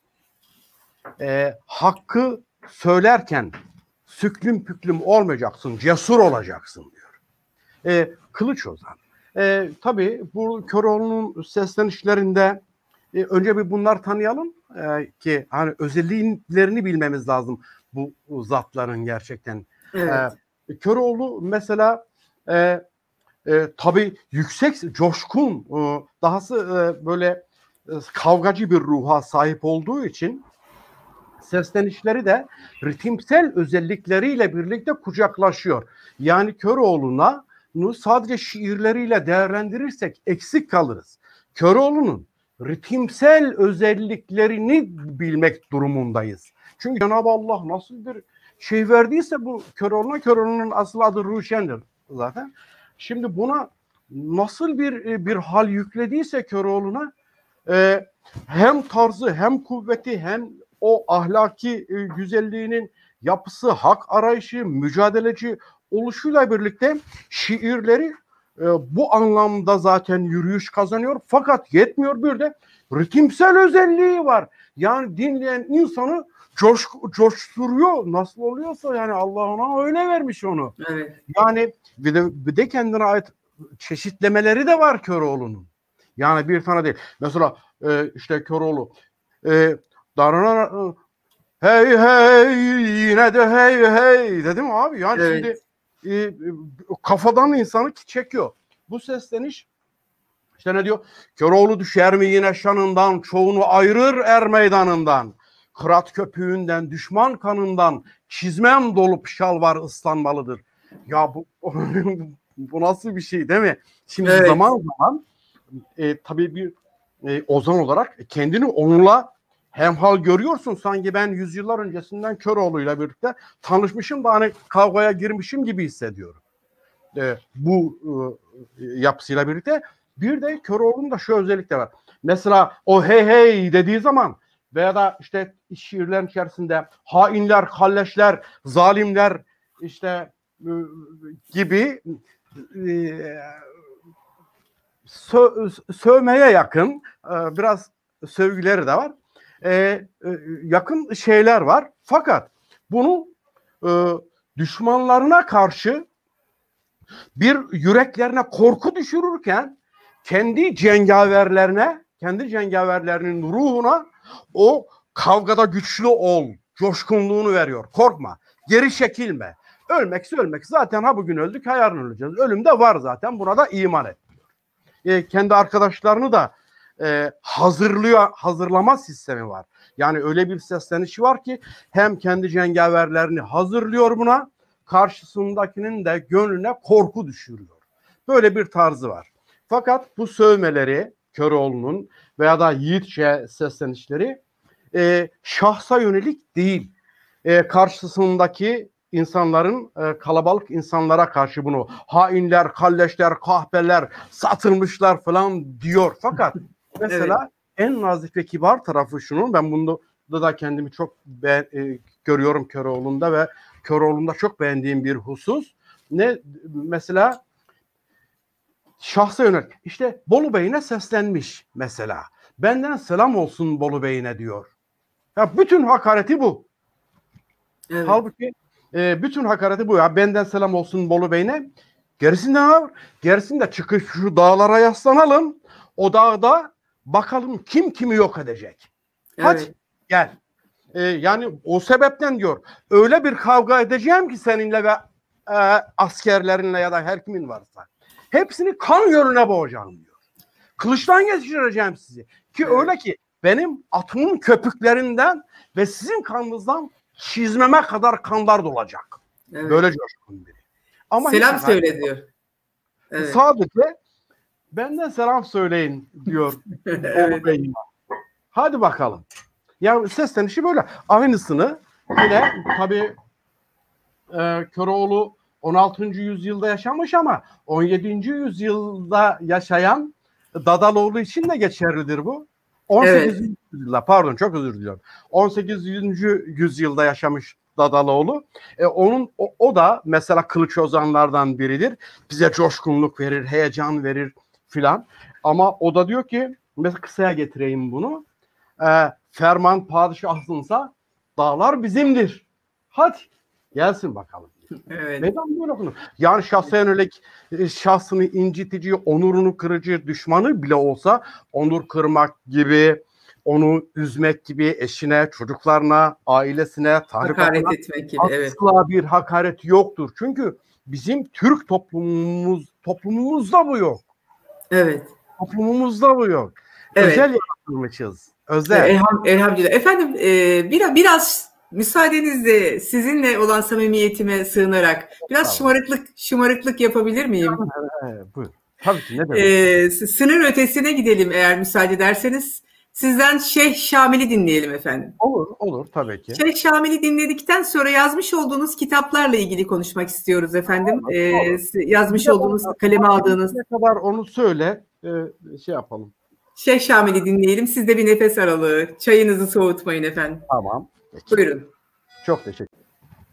S2: E, hakkı söylerken süklüm püklüm olmayacaksın, cesur olacaksın diyor. E, Kılıç Ozan. E, tabii bu Köroğlu'nun seslenişlerinde e, önce bir bunlar tanıyalım e, ki hani özelliklerini bilmemiz lazım bu, bu zatların gerçekten.
S1: Evet.
S2: E, Köroğlu mesela e, e, tabii yüksek, coşkun, e, dahası e, böyle e, kavgacı bir ruha sahip olduğu için seslenişleri de ritimsel özellikleriyle birlikte kucaklaşıyor. Yani Köroğlu'na sadece şiirleriyle değerlendirirsek eksik kalırız. Köroğlu'nun ritimsel özelliklerini bilmek durumundayız. Çünkü Cenab-ı Allah nasıl bir şey verdiyse bu Köroğlu'na, Köroğlu'nun asıl adı Ruşen'dir zaten. Şimdi buna nasıl bir bir hal yüklediyse Köroğlu'na e, hem tarzı hem kuvveti hem o ahlaki e, güzelliğinin yapısı, hak arayışı, mücadeleci oluşuyla birlikte şiirleri e, bu anlamda zaten yürüyüş kazanıyor. Fakat yetmiyor, bir de ritimsel özelliği var. Yani dinleyen insanı coş, coşturuyor. Nasıl oluyorsa yani Allah ona öyle vermiş onu.
S1: Evet.
S2: Yani bir de, bir de kendine ait çeşitlemeleri de var Köroğlu'nun. Yani bir tane değil. Mesela e, işte Köroğlu e, darana, hey hey yine de hey hey dedim abi. Yani
S1: Evet.
S2: şimdi e, kafadan insanı çekiyor. Bu sesleniş işte ne diyor? Köroğlu düşer mi yine şanından, çoğunu ayırır er meydanından. Kırat köpüğünden, düşman kanından, çizmem dolup şalvar ıslanmalıdır. Ya bu bu nasıl bir şey değil mi? Şimdi evet. zaman zaman e, tabii bir e, ozan olarak kendini onunla hemhal görüyorsun. Sanki ben yüzyıllar öncesinden Köroğlu'yla birlikte tanışmışım da hani kavgaya girmişim gibi hissediyorum. E, bu e, yapısıyla birlikte. Bir de Köroğlu'nun da şu özellik de var. Mesela o hey hey dediği zaman veya da işte şiirlerin içerisinde hainler, kalleşler, zalimler işte e, gibi e, sö sövmeye yakın e, biraz sövgüleri de var. E, e, yakın şeyler var. Fakat bunu e, düşmanlarına karşı bir yüreklerine korku düşürürken kendi cengaverlerine, kendi cengaverlerinin ruhuna o kavgada güçlü ol, coşkunluğunu veriyor. Korkma, geri çekilme. Ölmekse ölmek. Zaten ha bugün öldük, ha yarın öleceğiz. Ölüm de var zaten. Buna da iman et. E, kendi arkadaşlarını da e, hazırlıyor, hazırlama sistemi var. Yani öyle bir seslenişi var ki hem kendi cengaverlerini hazırlıyor buna, karşısındakinin de gönlüne korku düşürüyor. Böyle bir tarzı var. Fakat bu sövmeleri Köroğlu'nun veya da yiğitçe seslenişleri e, şahsa yönelik değil. E, karşısındaki insanların, e, kalabalık insanlara karşı bunu hainler, kalleşler, kahpeler, satılmışlar falan diyor. Fakat mesela evet. en nazik ve kibar tarafı şunun, ben bunda da kendimi çok be, e, görüyorum Köroğlu'nda ve Köroğlu'nda çok beğendiğim bir husus. Ne mesela şahsa yönelik. İşte Bolu Bey'ine seslenmiş mesela. Benden selam olsun Bolu Bey'ine diyor. Ya bütün hakareti bu. Evet. Halbuki e, bütün hakareti bu ya. Benden selam olsun Bolu Bey'ine. Gerisinde ne var? Gerisinde çıkıp şu dağlara yaslanalım. O dağda bakalım kim kimi yok edecek. Evet. Hadi gel. E, yani o sebepten diyor. Öyle bir kavga edeceğim ki seninle ve e, askerlerinle ya da her kimin varsa. Hepsini kan gölüne boğacağım diyor. Kılıçtan geçireceğim sizi. Ki evet. öyle ki benim atımın köpüklerinden ve sizin kanınızdan çizmeme kadar kanlar dolacak. Evet. Böyle coşkun biri. Ama
S1: selam söyle diyor.
S2: Evet. Sadece benden selam söyleyin diyor. Evet. Hadi bakalım. Ya seslenişi böyle. Aynısını yine tabii e, Köroğlu on altıncı yüzyılda yaşamış ama on yedinci yüzyılda yaşayan Dadaloğlu için de geçerlidir bu. on sekizinci Evet. yüzyılda, pardon çok özür diliyorum. on sekizinci yüzyılda yaşamış Dadaloğlu. E, onun o, o da mesela Kılıç Ozanlardan biridir. Bize coşkunluk verir, heyecan verir filan. Ama o da diyor ki, mesela kısaya getireyim bunu. E, ferman padişahsınsa dağlar bizimdir. Hadi gelsin bakalım.
S1: Evet.
S2: Neden böyle okunur? Yani şahsa yönelik şahsını incitici, onurunu kırıcı düşmanı bile olsa onur kırmak gibi, onu üzmek gibi eşine, çocuklarına, ailesine,
S1: hakaret etmek gibi.
S2: asla
S1: Evet.
S2: bir hakaret yoktur. Çünkü bizim Türk toplumumuz toplumumuzda bu yok.
S1: Evet.
S2: Toplumumuzda bu yok.
S1: Evet.
S2: Özel yaratılmışız. Özel.
S1: Elham, elhamdülillah. Efendim e, biraz, biraz müsaadenizle sizinle olan samimiyetime sığınarak biraz
S2: Tamam.
S1: şımarıklık şımarıklık yapabilir miyim?
S2: Evet, buyur. Tabii ki, ne demek?
S1: Ee, sınır ötesine gidelim eğer müsaade ederseniz. Sizden Şeyh Şamil'i dinleyelim efendim.
S2: Olur, olur tabii ki.
S1: Şeyh Şamil'i dinledikten sonra yazmış olduğunuz kitaplarla ilgili konuşmak istiyoruz efendim.
S2: Olur,
S1: ee,
S2: olur.
S1: yazmış olduğunuz, kaleme aldığınız.
S2: Ne kadar onu söyle, e, şey yapalım.
S1: Şeyh Şamil'i dinleyelim. Siz de bir nefes aralığı. Çayınızı soğutmayın efendim.
S2: Tamam. Peki.
S1: Buyurun.
S2: Çok teşekkür ederim.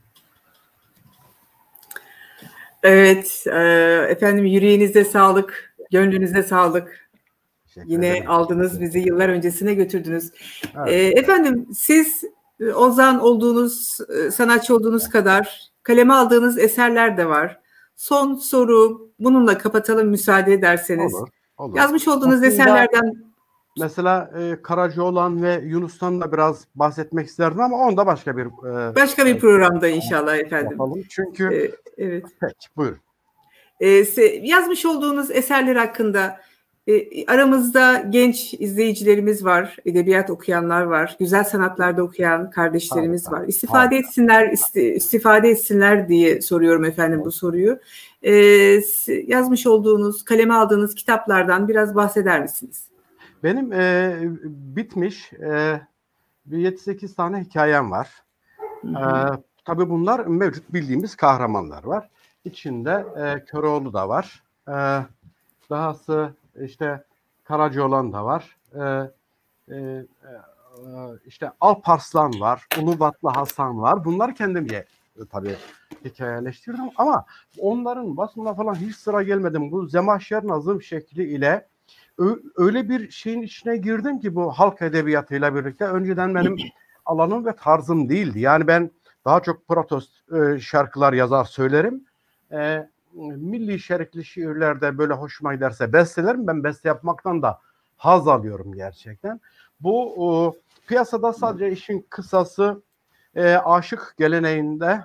S1: Evet, e, efendim yüreğinize sağlık, gönlünüze sağlık. Yine
S2: ederim.
S1: aldınız bizi yıllar öncesine götürdünüz.
S2: Evet.
S1: E, efendim siz ozan olduğunuz, sanatçı olduğunuz kadar kaleme aldığınız eserler de var. Son soru, bununla kapatalım müsaade ederseniz.
S2: Olur, olur.
S1: Yazmış olduğunuz
S2: Aslında,
S1: eserlerden...
S2: Mesela e, Karacaoğlan ve Yunus'tan da biraz bahsetmek isterdim ama onu da başka bir... E,
S1: başka bir programda inşallah efendim.
S2: Yapalım. Çünkü...
S1: E, evet.
S2: Peki, buyurun.
S1: E, yazmış olduğunuz eserler hakkında... E, aramızda genç izleyicilerimiz var, edebiyat okuyanlar var, güzel sanatlarda okuyan kardeşlerimiz harika, var. İstifade harika. etsinler, isti, istifade etsinler diye soruyorum efendim bu soruyu. E, yazmış olduğunuz, kaleme aldığınız kitaplardan biraz bahseder misiniz?
S2: Benim e, bitmiş e, bir yedi sekiz tane hikayem var. E, tabii bunlar mevcut bildiğimiz kahramanlar var. İçinde e, Köroğlu da var. E, dahası İşte Karacaoğlan da var. Ee, e, e, işte Alparslan var. Ulubatlı Hasan var. Bunlar kendimce e, tabii hikayeleştirdim ama onların basımına falan hiç sıra gelmedim. Bu Zemahşer Nazım şekli ile öyle bir şeyin içine girdim ki bu halk edebiyatıyla birlikte. Önceden benim alanım ve tarzım değildi. Yani ben daha çok protesto e, şarkılar yazar söylerim. E, milli şerikli şiirlerde böyle hoşuma giderse bestelerim. Ben beste yapmaktan da haz alıyorum gerçekten. Bu o, piyasada sadece işin kısası e, aşık geleneğinde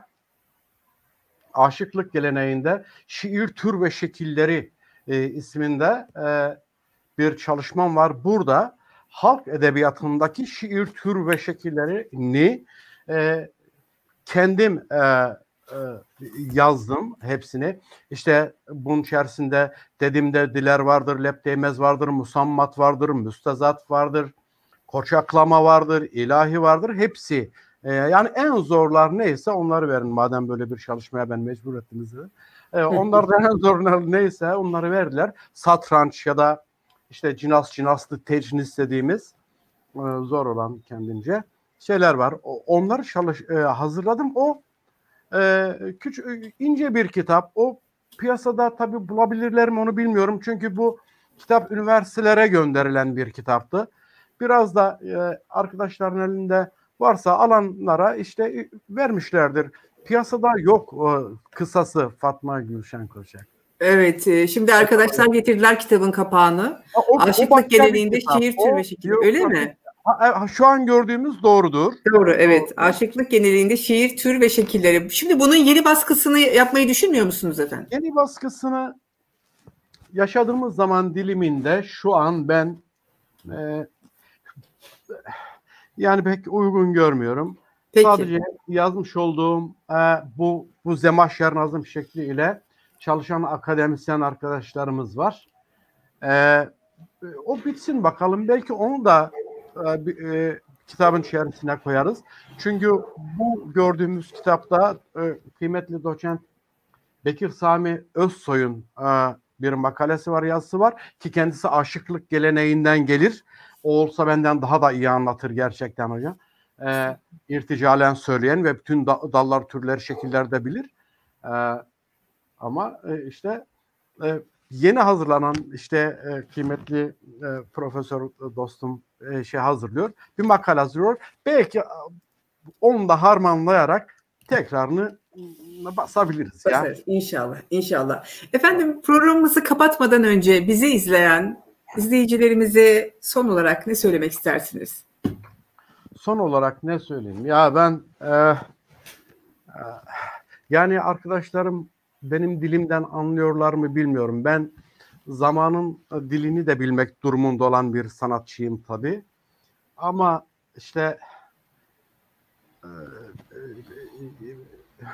S2: aşıklık geleneğinde şiir tür ve şekilleri e, isminde e, bir çalışmam var. Burada halk edebiyatındaki şiir tür ve şekillerini e, kendim e, e, yazdım hepsini. İşte bunun içerisinde Dedimde Diler vardır, Lep Değmez vardır, Musammat vardır, Müstezat vardır, Koçaklama vardır, ilahi vardır. Hepsi e, yani en zorlar neyse onları verin. Madem böyle bir çalışmaya ben mecbur ettiniz. E, onlardan en zorlar neyse onları verdiler. Satranç ya da işte cinas cinaslı tecnis dediğimiz e, zor olan kendince şeyler var. O, onları çalış, e, hazırladım. O e, küçük ince bir kitap. O piyasada tabii bulabilirler mi onu bilmiyorum. Çünkü bu kitap üniversitelere gönderilen bir kitaptı. Biraz da e, arkadaşların elinde varsa alanlara işte vermişlerdir. Piyasada yok o kısası Fatma Gülşen Kırşak.
S1: Evet, şimdi arkadaşlar getirdiler kitabın kapağını. O, Aşıklık geleneğinde şiir tür ve şekil. Öyle mi?
S2: Ha, şu an gördüğümüz doğrudur.
S1: Doğru, evet. Aşıklık geneliğinde şiir tür ve şekilleri. Şimdi bunun yeni baskısını yapmayı düşünmüyor musunuz efendim?
S2: Yeni baskısını yaşadığımız zaman diliminde şu an ben e, yani pek uygun görmüyorum. Peki. Sadece yazmış olduğum e, bu bu Zemahşer Nazım şekliyle çalışan akademisyen arkadaşlarımız var. E, o bitsin bakalım. Belki onu da e, e, kitabın içerisine koyarız. Çünkü bu gördüğümüz kitapta e, kıymetli doçent Bekir Sami Özsoy'un e, bir makalesi var, yazısı var ki kendisi aşıklık geleneğinden gelir. O olsa benden daha da iyi anlatır gerçekten hocam. E, irticalen söyleyen ve bütün da, dallar, türleri, şekiller de bilir. E, ama e, işte e, yeni hazırlanan işte e, kıymetli e, profesör dostum e, şey hazırlıyor. Bir makale hazırlıyor. Belki onu da harmanlayarak tekrarını basabiliriz ya.
S1: Basarız. İnşallah, inşallah. Efendim, programımızı kapatmadan önce bizi izleyen izleyicilerimize son olarak ne söylemek istersiniz?
S2: Son olarak ne söyleyeyim? Ya ben e, e, yani arkadaşlarım benim dilimden anlıyorlar mı bilmiyorum. Ben zamanın dilini de bilmek durumunda olan bir sanatçıyım tabii. Ama işte e, e, e,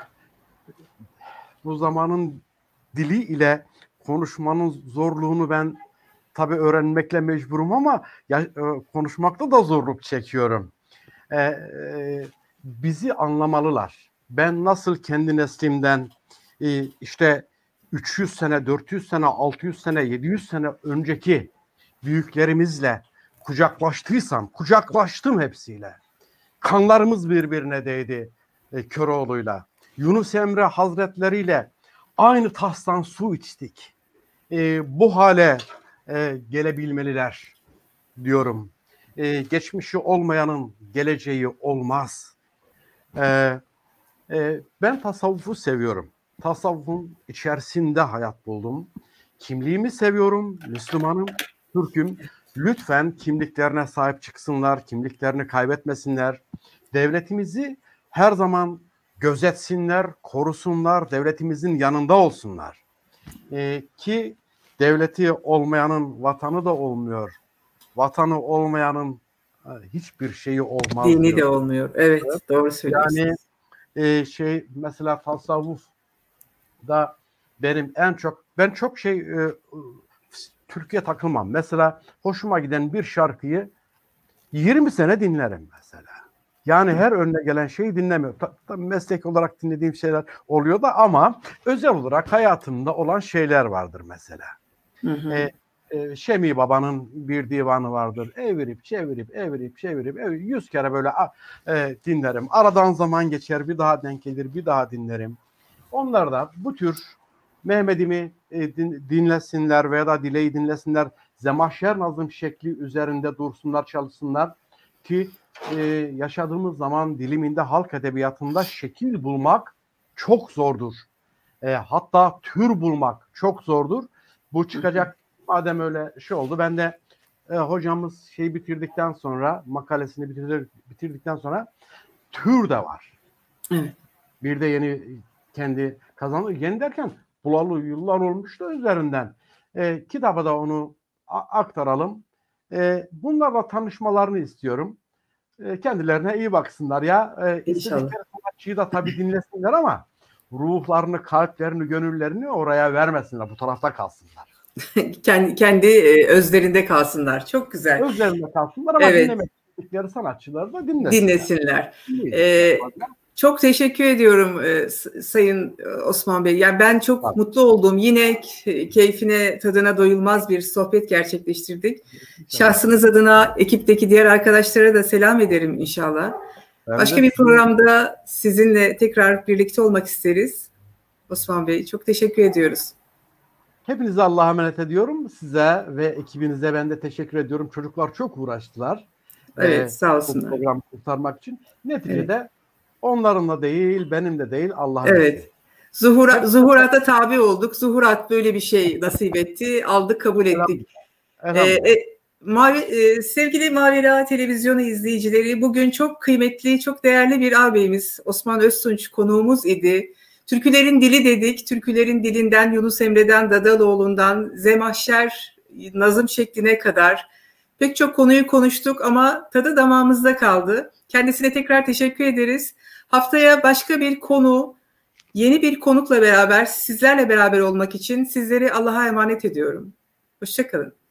S2: bu zamanın dili ile konuşmanın zorluğunu ben tabii öğrenmekle mecburum ama ya, e, konuşmakta da zorluk çekiyorum. E, e, bizi anlamalılar. Ben nasıl kendi neslimden e, işte üç yüz sene, dört yüz sene, altı yüz sene, yedi yüz sene önceki büyüklerimizle kucaklaştıysam, kucaklaştım hepsiyle. Kanlarımız birbirine değdi e, Köroğlu'yla. Yunus Emre Hazretleriyle aynı tastan su içtik. E, bu hale e, gelebilmeliler diyorum. E, geçmişi olmayanın geleceği olmaz. E, e, ben tasavvufu seviyorum. Tasavvufun içerisinde hayat buldum. Kimliğimi seviyorum. Müslümanım, Türk'üm. Lütfen kimliklerine sahip çıksınlar, kimliklerini kaybetmesinler. Devletimizi her zaman gözetsinler, korusunlar, devletimizin yanında olsunlar. Ee, ki devleti olmayanın vatanı da olmuyor. Vatanı olmayanın hiçbir şeyi olmaz.
S1: Dini
S2: diyor.
S1: de olmuyor. Evet, evet, doğru söylüyorsunuz.
S2: Yani e, şey mesela tasavvuf da benim en çok ben çok şey e, Türkiye takılmam. Mesela hoşuma giden bir şarkıyı yirmi sene dinlerim mesela. Yani her önüne gelen şeyi dinlemiyorum. Tabii meslek olarak dinlediğim şeyler oluyor da ama özel olarak hayatımda olan şeyler vardır mesela. Hı hı. E, e, Şemi Baba'nın bir divanı vardır. Evirip çevirip evirip çevirip evirip, yüz kere böyle e, dinlerim. Aradan zaman geçer, bir daha denk gelir, bir daha dinlerim. Onlar da bu tür Mehmet'imi e, din, dinlesinler veya da Dile'yi dinlesinler. Zemahşer nazım şekli üzerinde dursunlar, çalışsınlar ki e, yaşadığımız zaman diliminde, halk edebiyatında şekil bulmak çok zordur. E, hatta tür bulmak çok zordur. Bu çıkacak, madem öyle şey oldu. Ben de e, hocamız şeyi bitirdikten sonra, makalesini bitirdik, bitirdikten sonra tür de var.
S1: Evet.
S2: Bir de yeni kendi kazandı. Yeni derken bulalı yıllar olmuştu üzerinden. E, kitaba da onu a- aktaralım. E, bunlarla tanışmalarını istiyorum. E, kendilerine iyi baksınlar ya. E, istedikleri sanatçıyı da tabii dinlesinler ama ruhlarını, kalplerini, gönüllerini oraya vermesinler. Bu tarafta kalsınlar.
S1: kendi kendi özlerinde kalsınlar. Çok güzel.
S2: Özlerinde kalsınlar ama evet, dinlemek istedikleri sanatçıları da dinlesinler.
S1: Dinlesinler. Ee, çok teşekkür ediyorum e, Sayın Osman Bey. Yani ben çok Tabii. mutlu oldum. Yine keyfine, tadına doyulmaz bir sohbet gerçekleştirdik. Tabii. Şahsınız adına ekipteki diğer arkadaşlara da selam ederim inşallah. Ben Başka bir programda sizinle tekrar birlikte olmak isteriz. Osman Bey, çok teşekkür ediyoruz.
S2: Hepinize Allah'a emanet ediyorum. Size ve ekibinize ben de teşekkür ediyorum. Çocuklar çok uğraştılar.
S1: Evet, ee, sağ olsunlar.
S2: Bu programı kurtarmak için. Neticede evet, onların da değil, benim de değil, Allah'ın
S1: Evet. Etti. Zuhura, Zuhurat'a tabi olduk. Zuhurat böyle bir şey nasip etti. Aldık, kabul ettik. Ee, e, Mavi, e, sevgili Mavera Televizyonu izleyicileri, bugün çok kıymetli, çok değerli bir ağabeyimiz Osman Öztunç konuğumuz idi. Türkülerin dili dedik. Türkülerin dilinden Yunus Emre'den, Dadaloğlu'ndan, Zemahşer nazım şekline kadar pek çok konuyu konuştuk ama tadı damağımızda kaldı. Kendisine tekrar teşekkür ederiz. Haftaya başka bir konu, yeni bir konukla beraber, sizlerle beraber olmak için sizleri Allah'a emanet ediyorum. Hoşça kalın.